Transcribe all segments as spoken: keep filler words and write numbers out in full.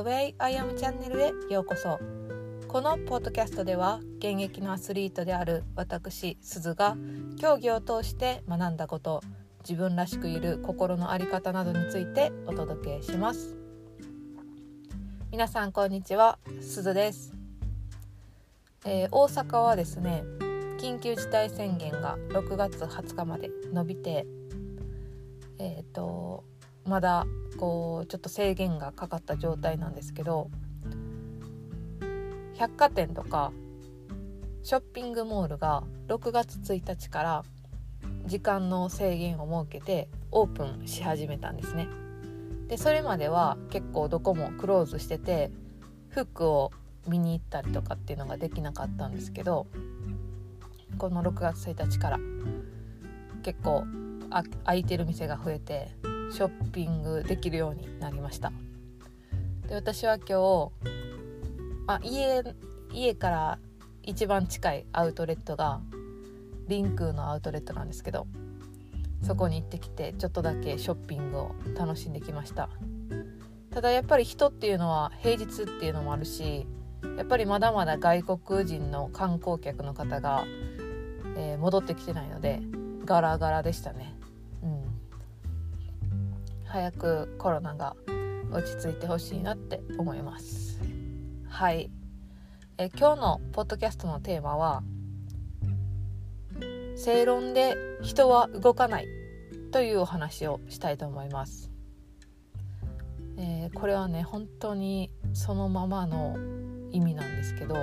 Way I Am チャンネルへようこそ。このポッドキャストでは現役のアスリートである私すずが競技を通して学んだこと、自分らしくいる心の在り方などについてお届けします。皆さんこんにちは、すずです。えー、大阪はですね、緊急事態宣言がろくがつはつかまで延びて、えーとまだこうちょっと制限がかかった状態なんですけど、百貨店とかショッピングモールがろくがつついたちから時間の制限を設けてオープンし始めたんですね。でそれまでは結構どこもクローズしてて、服を見に行ったりとかっていうのができなかったんですけど、このろくがつついたちから結構あ空いてる店が増えてショッピングできるようになりました。で私は今日、あ、家家から一番近いアウトレットがリンクーのアウトレットなんですけど、そこに行ってきてちょっとだけショッピングを楽しんできました。ただやっぱり人っていうのは平日っていうのもあるし、やっぱりまだまだ外国人の観光客の方が、えー、戻ってきてないのでガラガラでしたね。うん早くコロナが落ち着いてほしいなって思います。はい、え今日のポッドキャストのテーマは、正論で人は動かないというお話をしたいと思います。えー、これはね本当にそのままの意味なんですけど、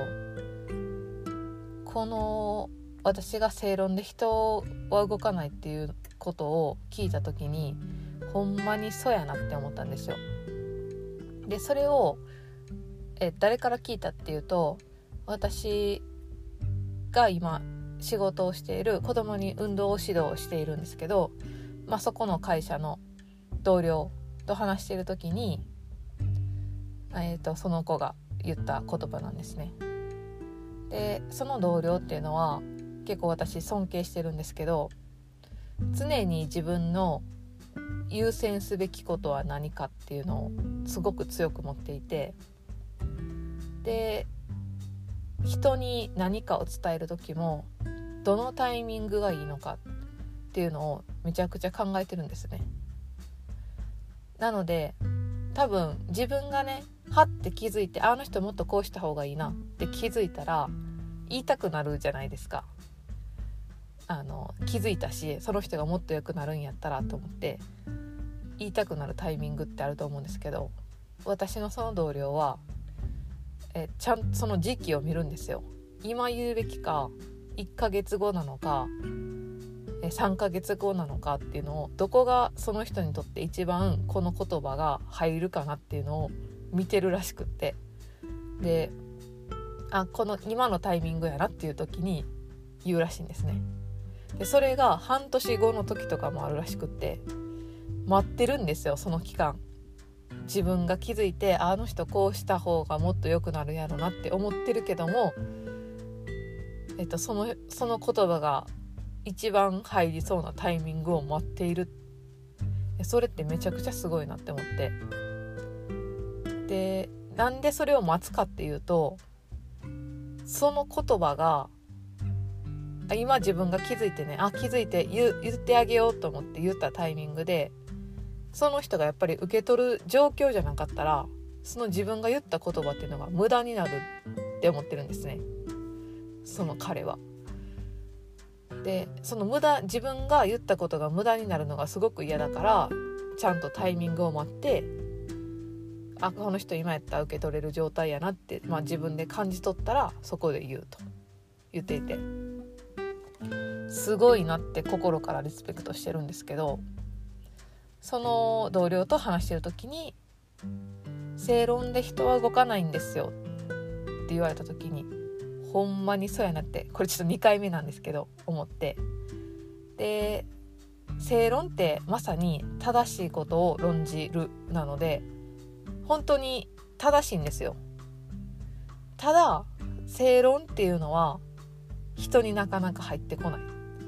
この私が正論で人は動かないっていうことを聞いた時にほんまにそうやなって思ったんですよ。でそれをえ誰から聞いたっていうと、私が今仕事をしている子供に運動指導をしているんですけど、まあ、そこの会社の同僚と話している時に、えーと、その子が言った言葉なんですね。でその同僚っていうのは結構私尊敬してるんですけど、常に自分の優先すべきことは何かっていうのをすごく強く持っていて、で人に何かを伝える時もどのタイミングがいいのかっていうのをめちゃくちゃ考えてるんですね。なので多分自分がねはって気づいて、あの人もっとこうした方がいいなって気づいたら言いたくなるじゃないですか。あの気づいたし、その人がもっと良くなるんやったらと思って言いたくなるタイミングってあると思うんですけど、私のその同僚はえちゃんとその時期を見るんですよ。今言うべきか、いっかげつごなのかえさんかげつごなのかっていうのを、どこがその人にとって一番この言葉が入るかなっていうのを見てるらしくって、であこの今のタイミングやなっていう時に言うらしいんですね。でそれが半年後の時とかもあるらしくって、待ってるんですよその期間。自分が気づいて、あの人こうした方がもっと良くなるやろなって思ってるけども、えっと、その、その言葉が一番入りそうなタイミングを待っている。それってめちゃくちゃすごいなって思って、でなんでそれを待つかっていうと、その言葉が今自分が気づいてね、あ気づいて 言, 言ってあげようと思って言ったタイミングで、その人がやっぱり受け取る状況じゃなかったら、その自分が言った言葉っていうのが無駄になるって思ってるんですね、その彼は。でその無駄自分が言ったことが無駄になるのがすごく嫌だから、ちゃんとタイミングを待って、あこの人今やったら受け取れる状態やなって、まあ、自分で感じ取ったらそこで言うと言っていて、すごいなって心からリスペクトしてるんですけど、その同僚と話してる時に、正論で人は動かないんですよって言われた時に、ほんまにそうやなって、これちょっとにかいめなんですけど思って、で正論ってまさに正しいことを論じるなので、本当に正しいんですよ。ただ正論っていうのは人になかなか入ってこない。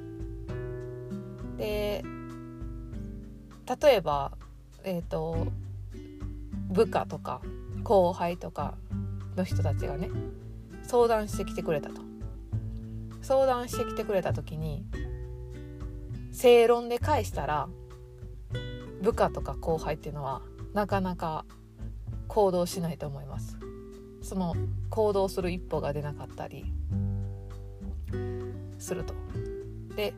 で例えば、えーと、部下とか後輩とかの人たちがね相談してきてくれたと。相談してきてくれた時に正論で返したら部下とか後輩っていうのはなかなか行動しないと思います。その行動する一歩が出なかったりすると。で、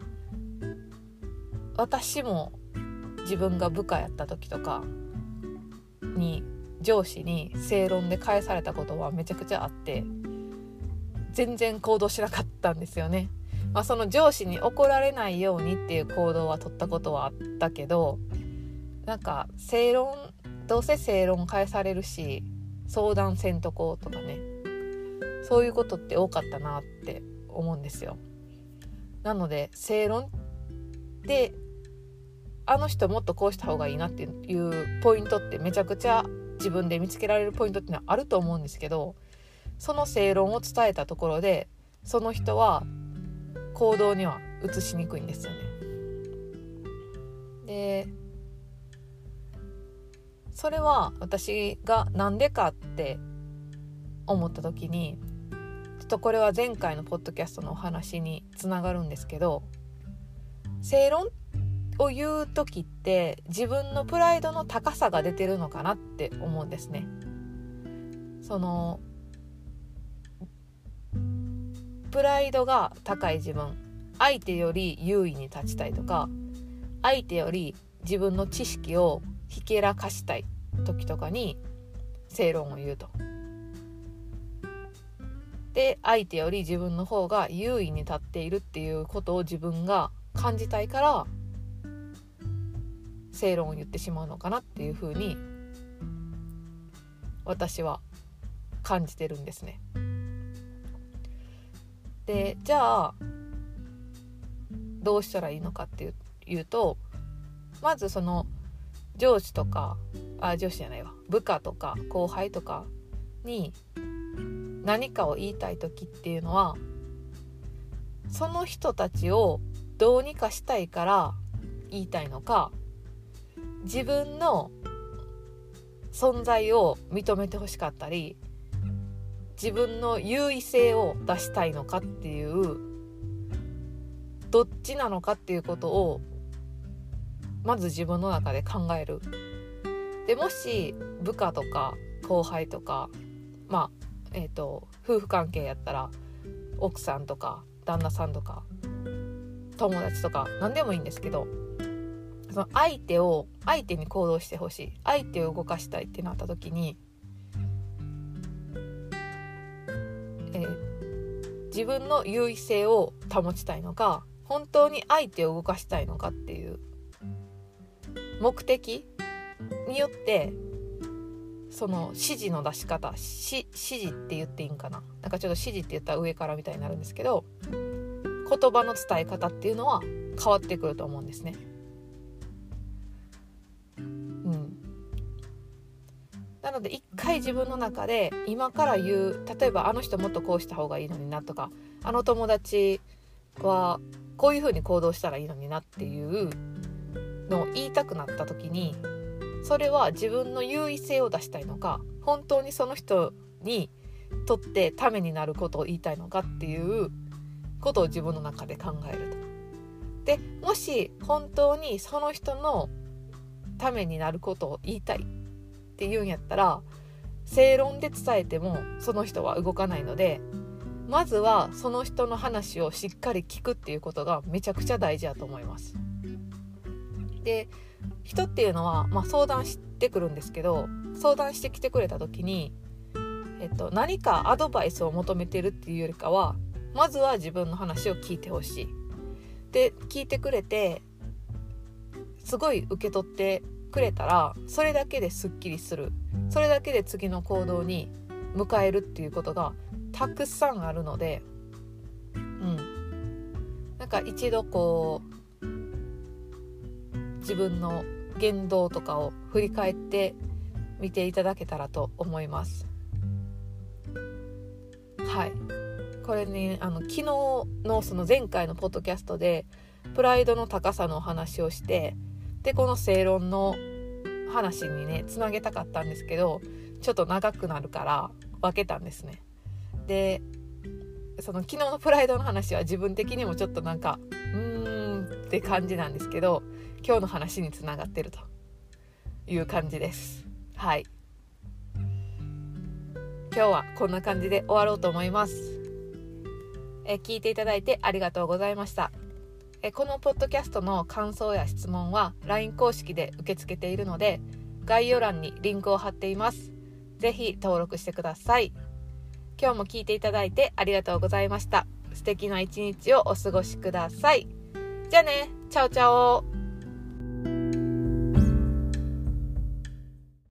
私も自分が部下やった時とかに上司に正論で返されたことはめちゃくちゃあって、全然行動しなかったんですよね。まあ、その上司に怒られないようにっていう行動は取ったことはあったけど、なんか正論どうせ正論返されるし相談せんとことかね、そういうことって多かったなって思うんですよ。なので正論であの人もっとこうした方がいいなっていうポイントってめちゃくちゃ自分で見つけられるポイントってのはあると思うんですけど、その正論を伝えたところでその人は行動には移しにくいんですよね。で、それは私がなんでかって思った時に、ちょっとこれは前回のポッドキャストのお話につながるんですけど、正論を言う時って自分のプライドの高さが出てるのかなって思うんですね。そのプライドが高い自分、相手より優位に立ちたいとか、相手より自分の知識をひけらかしたい時とかに正論を言うと。で、相手より自分の方が優位に立っているっていうことを自分が感じたいから正論を言ってしまうのかなっていうふうに私は感じてるんですね。で、じゃあどうしたらいいのかっていうと、まずその上司とかあ上司じゃないわ部下とか後輩とかに何かを言いたい時っていうのは、その人たちをどうにかしたいから言いたいのか、自分の存在を認めてほしかったり自分の優位性を出したいのかっていう、どっちなのかっていうことをまず自分の中で考える。で、もし部下とか後輩とか、まあえーと、夫婦関係やったら奥さんとか旦那さんとか友達とか何でもいいんですけど、その相手を相手に行動してほしい、相手を動かしたいってなった時に、えー、自分の優位性を保ちたいのか、本当に相手を動かしたいのかっていう目的によってその指示の出し方、し指示って言っていいんかな、なんかちょっと指示って言ったら上からみたいになるんですけど、言葉の伝え方っていうのは変わってくると思うんですね。うん。なので一回自分の中で今から言う、例えばあの人もっとこうした方がいいのになとか、あの友達はこういう風に行動したらいいのになっていうのを言いたくなった時に、それは自分の優位性を出したいのか、本当にその人にとってためになることを言いたいのかっていうことを自分の中で考えると。で、もし本当にその人のためになることを言いたいっていうんやったら、正論で伝えてもその人は動かないので、まずはその人の話をしっかり聞くっていうことがめちゃくちゃ大事だと思います。で、人っていうのは、まあ、相談してくるんですけど、相談してきてくれた時に、えっと、何かアドバイスを求めてるっていうよりかは、まずは自分の話を聞いてほしい。で、聞いてくれてすごい受け取ってくれたら、それだけですっきりする、それだけで次の行動に迎えるっていうことがたくさんあるので、うん、なんか一度こう自分の言動とかを振り返ってみていただけたらと思います。はい、これね、あの昨日のその前回のポッドキャストでプライドの高さのお話をして、でこの正論の話にねつなげたかったんですけど、 ちょっと長くなるから分けたんですね。でその昨日のプライドの話は自分的にもちょっとなんかうーんって感じなんですけど、今日の話につながってるという感じです。はい、今日はこんな感じで終わろうと思います。え聞いていただいてありがとうございました。えこのポッドキャストの感想や質問は ライン 公式で受け付けているので、概要欄にリンクを貼っています。ぜひ登録してください。今日も聞いていただいてありがとうございました。素敵な一日をお過ごしください。じゃあね、チャオチャオ。